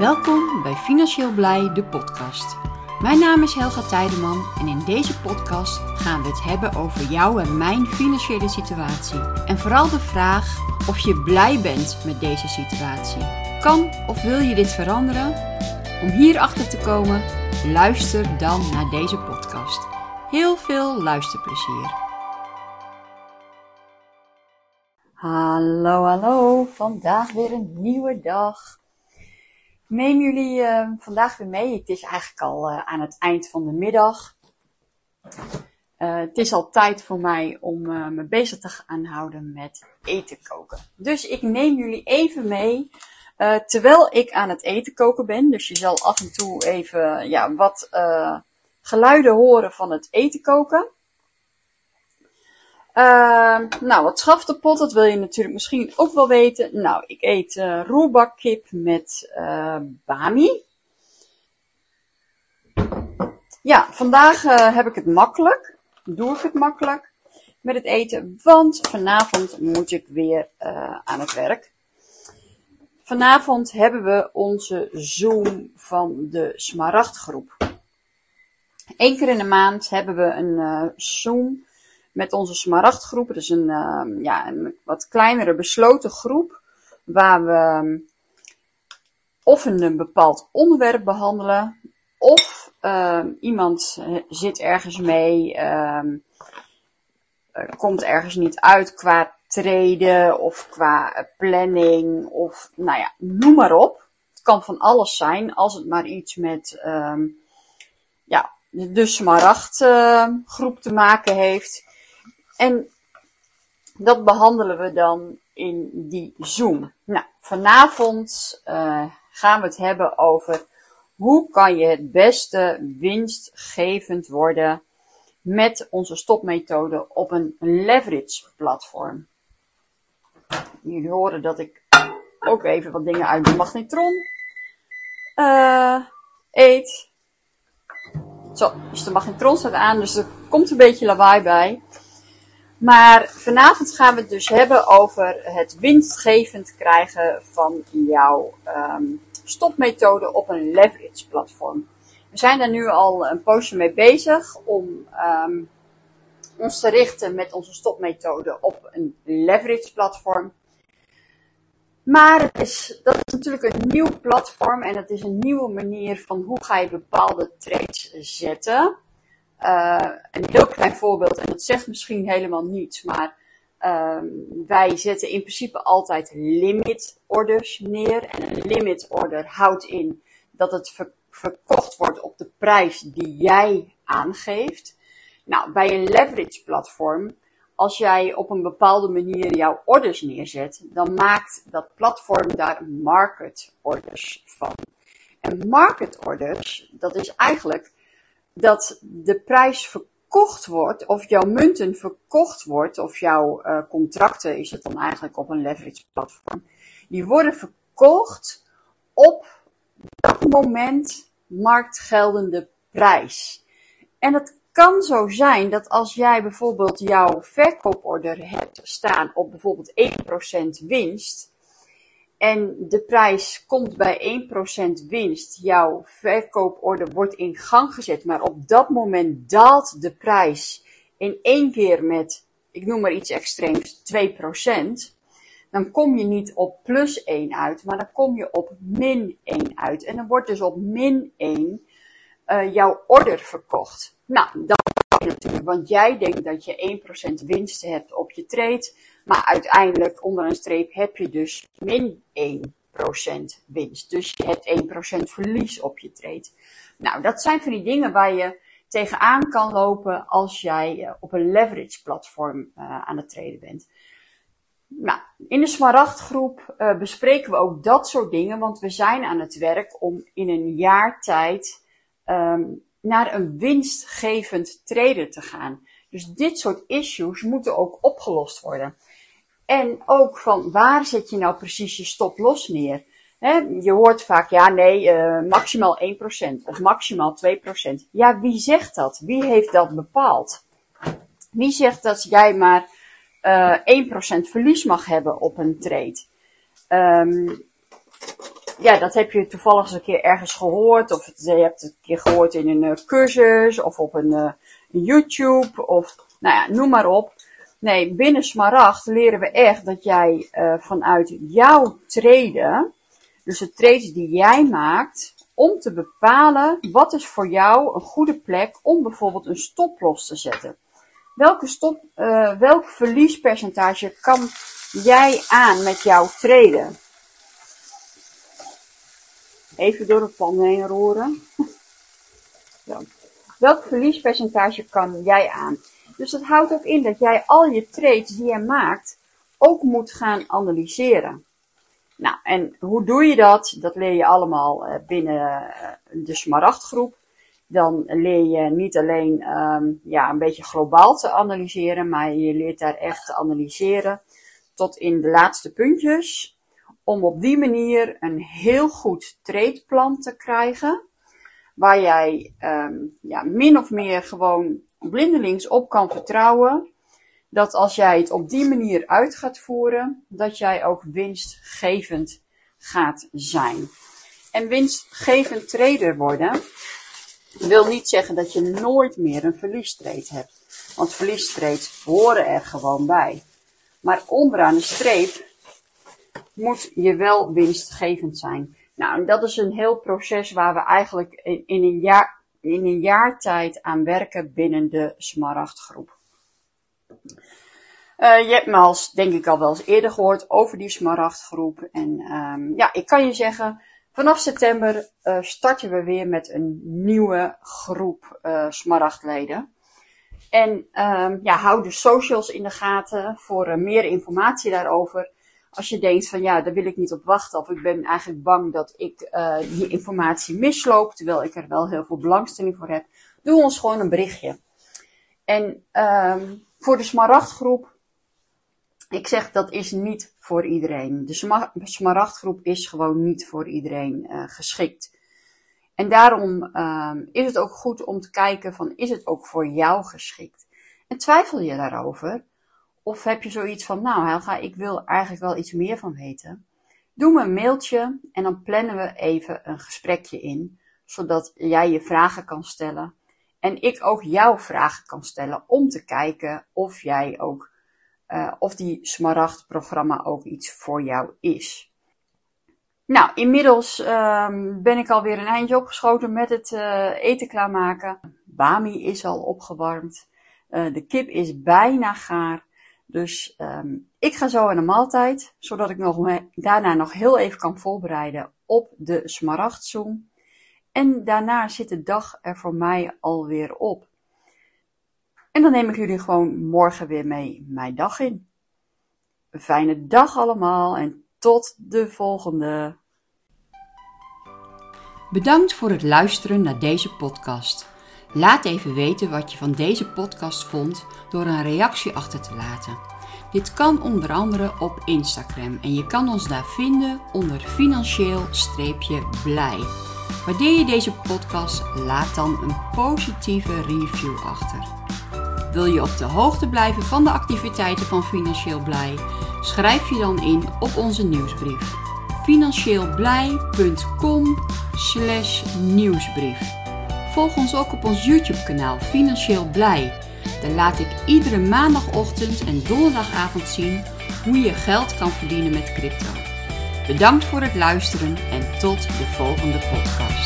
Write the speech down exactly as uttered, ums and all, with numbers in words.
Welkom bij Financieel Blij, de podcast. Mijn naam is Helga Tijdeman en in deze podcast gaan we het hebben over jou en mijn financiële situatie. En vooral de vraag of je blij bent met deze situatie. Kan of wil je dit veranderen? Om hierachter te komen, luister dan naar deze podcast. Heel veel luisterplezier. Hallo, hallo. Vandaag weer een nieuwe dag. Ik neem jullie uh, vandaag weer mee. Het is eigenlijk al uh, aan het eind van de middag. Uh, het is al tijd voor mij om uh, me bezig te gaan houden met eten koken. Dus ik neem jullie even mee uh, terwijl ik aan het eten koken ben. Dus je zal af en toe even ja, wat uh, geluiden horen van het eten koken. Uh, nou, wat schaftepot, dat wil je natuurlijk misschien ook wel weten. Nou, ik eet uh, roerbakkip met uh, bami. Ja, vandaag uh, heb ik het makkelijk. Doe ik het makkelijk met het eten, want vanavond moet ik weer uh, aan het werk. Vanavond hebben we onze Zoom van de Smaragdgroep. Eén keer in de maand hebben we een uh, Zoom met onze Smaragdgroep. Het is een, uh, ja, een wat kleinere besloten groep waar we of een, een bepaald onderwerp behandelen of uh, iemand zit ergens mee, uh, uh, komt ergens niet uit qua treden of qua planning of nou ja, noem maar op. Het kan van alles zijn als het maar iets met uh, ja, de Smaragdgroep uh, te maken heeft. En dat behandelen we dan in die Zoom. Nou, vanavond uh, gaan we het hebben over hoe kan je het beste winstgevend worden met onze stopmethode op een leverage platform. Jullie horen dat ik ook even wat dingen uit de magnetron uh, eet. Zo, dus de magnetron staat aan, dus er komt een beetje lawaai bij. Maar vanavond gaan we het dus hebben over het winstgevend krijgen van jouw um, stopmethode op een leverage platform. We zijn daar nu al een poosje mee bezig om um, ons te richten met onze stopmethode op een leverage platform. Maar het is, dat is natuurlijk een nieuw platform en het is een nieuwe manier van hoe ga je bepaalde trades zetten. Uh, een heel klein voorbeeld, en dat zegt misschien helemaal niets, maar uh, wij zetten in principe altijd limit orders neer. En een limit order houdt in dat het ver- verkocht wordt op de prijs die jij aangeeft. Nou, bij een leverage platform, als jij op een bepaalde manier jouw orders neerzet, dan maakt dat platform daar market orders van. En market orders, dat is eigenlijk dat de prijs verkocht wordt, of jouw munten verkocht wordt, of jouw uh, contracten is het dan eigenlijk op een leverage platform, die worden verkocht op dat moment marktgeldende prijs. En het kan zo zijn dat als jij bijvoorbeeld jouw verkooporder hebt staan op bijvoorbeeld één procent winst, en de prijs komt bij één procent winst, jouw verkooporder wordt in gang gezet, maar op dat moment daalt de prijs in één keer met, ik noem maar iets extreems, twee procent, dan kom je niet op plus één uit, maar dan kom je op min één uit. En dan wordt dus op min één uh, jouw order verkocht. Nou, dat kan natuurlijk, want jij denkt dat je één procent winst hebt op je trade, maar uiteindelijk, onder een streep, heb je dus min één procent winst. Dus je hebt één procent verlies op je trade. Nou, dat zijn van die dingen waar je tegenaan kan lopen als jij uh, op een leverage platform uh, aan het traden bent. Nou, in de Smaragdgroep uh, bespreken we ook dat soort dingen, want we zijn aan het werk om in een jaar tijd um, naar een winstgevend trader te gaan. Dus dit soort issues moeten ook opgelost worden. En ook van waar zet je nou precies je stop-loss neer? He, je hoort vaak, ja nee, uh, maximaal één procent of maximaal twee procent. Ja, wie zegt dat? Wie heeft dat bepaald? Wie zegt dat jij maar uh, één procent verlies mag hebben op een trade? Um, ja, dat heb je toevallig eens een keer ergens gehoord. Of het, je hebt het een keer gehoord in een uh, cursus. Of op een uh, YouTube. Of nou ja, noem maar op. Nee, binnen Smaragd leren we echt dat jij uh, vanuit jouw treden. Dus de trades die jij maakt. Om te bepalen wat is voor jou een goede plek om bijvoorbeeld een stoploss te zetten. Welke stop, uh, welk verliespercentage kan jij aan met jouw treden? Even door het pan heen roeren. Zo. Welk verliespercentage kan jij aan? Dus dat houdt ook in dat jij al je trades die je maakt ook moet gaan analyseren. Nou, en hoe doe je dat? Dat leer je allemaal binnen de Smaragdgroep. Dan leer je niet alleen um, ja, een beetje globaal te analyseren, maar je leert daar echt te analyseren tot in de laatste puntjes. Om op die manier een heel goed tradeplan te krijgen. Waar jij um, ja, min of meer gewoon blindelings op kan vertrouwen. Dat als jij het op die manier uit gaat voeren, dat jij ook winstgevend gaat zijn. En winstgevend trader worden wil niet zeggen dat je nooit meer een verliestrade hebt. Want verliestrades horen er gewoon bij. Maar onderaan de streep moet je wel winstgevend zijn. Nou, en dat is een heel proces waar we eigenlijk in een jaar, in een jaar tijd aan werken binnen de Smaragdgroep. Uh, je hebt me al, denk ik al wel eens eerder gehoord over die Smaragdgroep. En um, ja, ik kan je zeggen, vanaf september uh, starten we weer met een nieuwe groep uh, Smaragdleden. En um, ja, hou de socials in de gaten voor uh, meer informatie daarover. Als je denkt van ja, daar wil ik niet op wachten. Of ik ben eigenlijk bang dat ik uh, die informatie misloop. Terwijl ik er wel heel veel belangstelling voor heb. Doe ons gewoon een berichtje. En um, voor de Smaragdgroep. Ik zeg dat is niet voor iedereen. De Smaragdgroep is gewoon niet voor iedereen uh, geschikt. En daarom um, is het ook goed om te kijken van is het ook voor jou geschikt. En twijfel je daarover? Of heb je zoiets van, nou Helga, ik wil eigenlijk wel iets meer van weten. Doe me een mailtje en dan plannen we even een gesprekje in. Zodat jij je vragen kan stellen. En ik ook jouw vragen kan stellen om te kijken of jij ook, uh, of die Smaragd programma ook iets voor jou is. Nou, inmiddels um, ben ik alweer een eindje opgeschoten met het uh, eten klaarmaken. Bami is al opgewarmd. Uh, de kip is bijna gaar. Dus um, ik ga zo aan de maaltijd, zodat ik nog me, daarna nog heel even kan voorbereiden op de Smaragdzoom. En daarna zit de dag er voor mij alweer op. En dan neem ik jullie gewoon morgen weer mee mijn dag in. Een fijne dag allemaal en tot de volgende. Bedankt voor het luisteren naar deze podcast. Laat even weten wat je van deze podcast vond door een reactie achter te laten. Dit kan onder andere op Instagram en je kan ons daar vinden onder financieel-blij. Waardeer je deze podcast, laat dan een positieve review achter. Wil je op de hoogte blijven van de activiteiten van Financieel Blij? Schrijf je dan in op onze nieuwsbrief. financieelblij punt com slash nieuwsbrief. Volg ons ook op ons YouTube kanaal Financieel Blij. Daar laat ik iedere maandagochtend en donderdagavond zien hoe je geld kan verdienen met crypto. Bedankt voor het luisteren en tot de volgende podcast.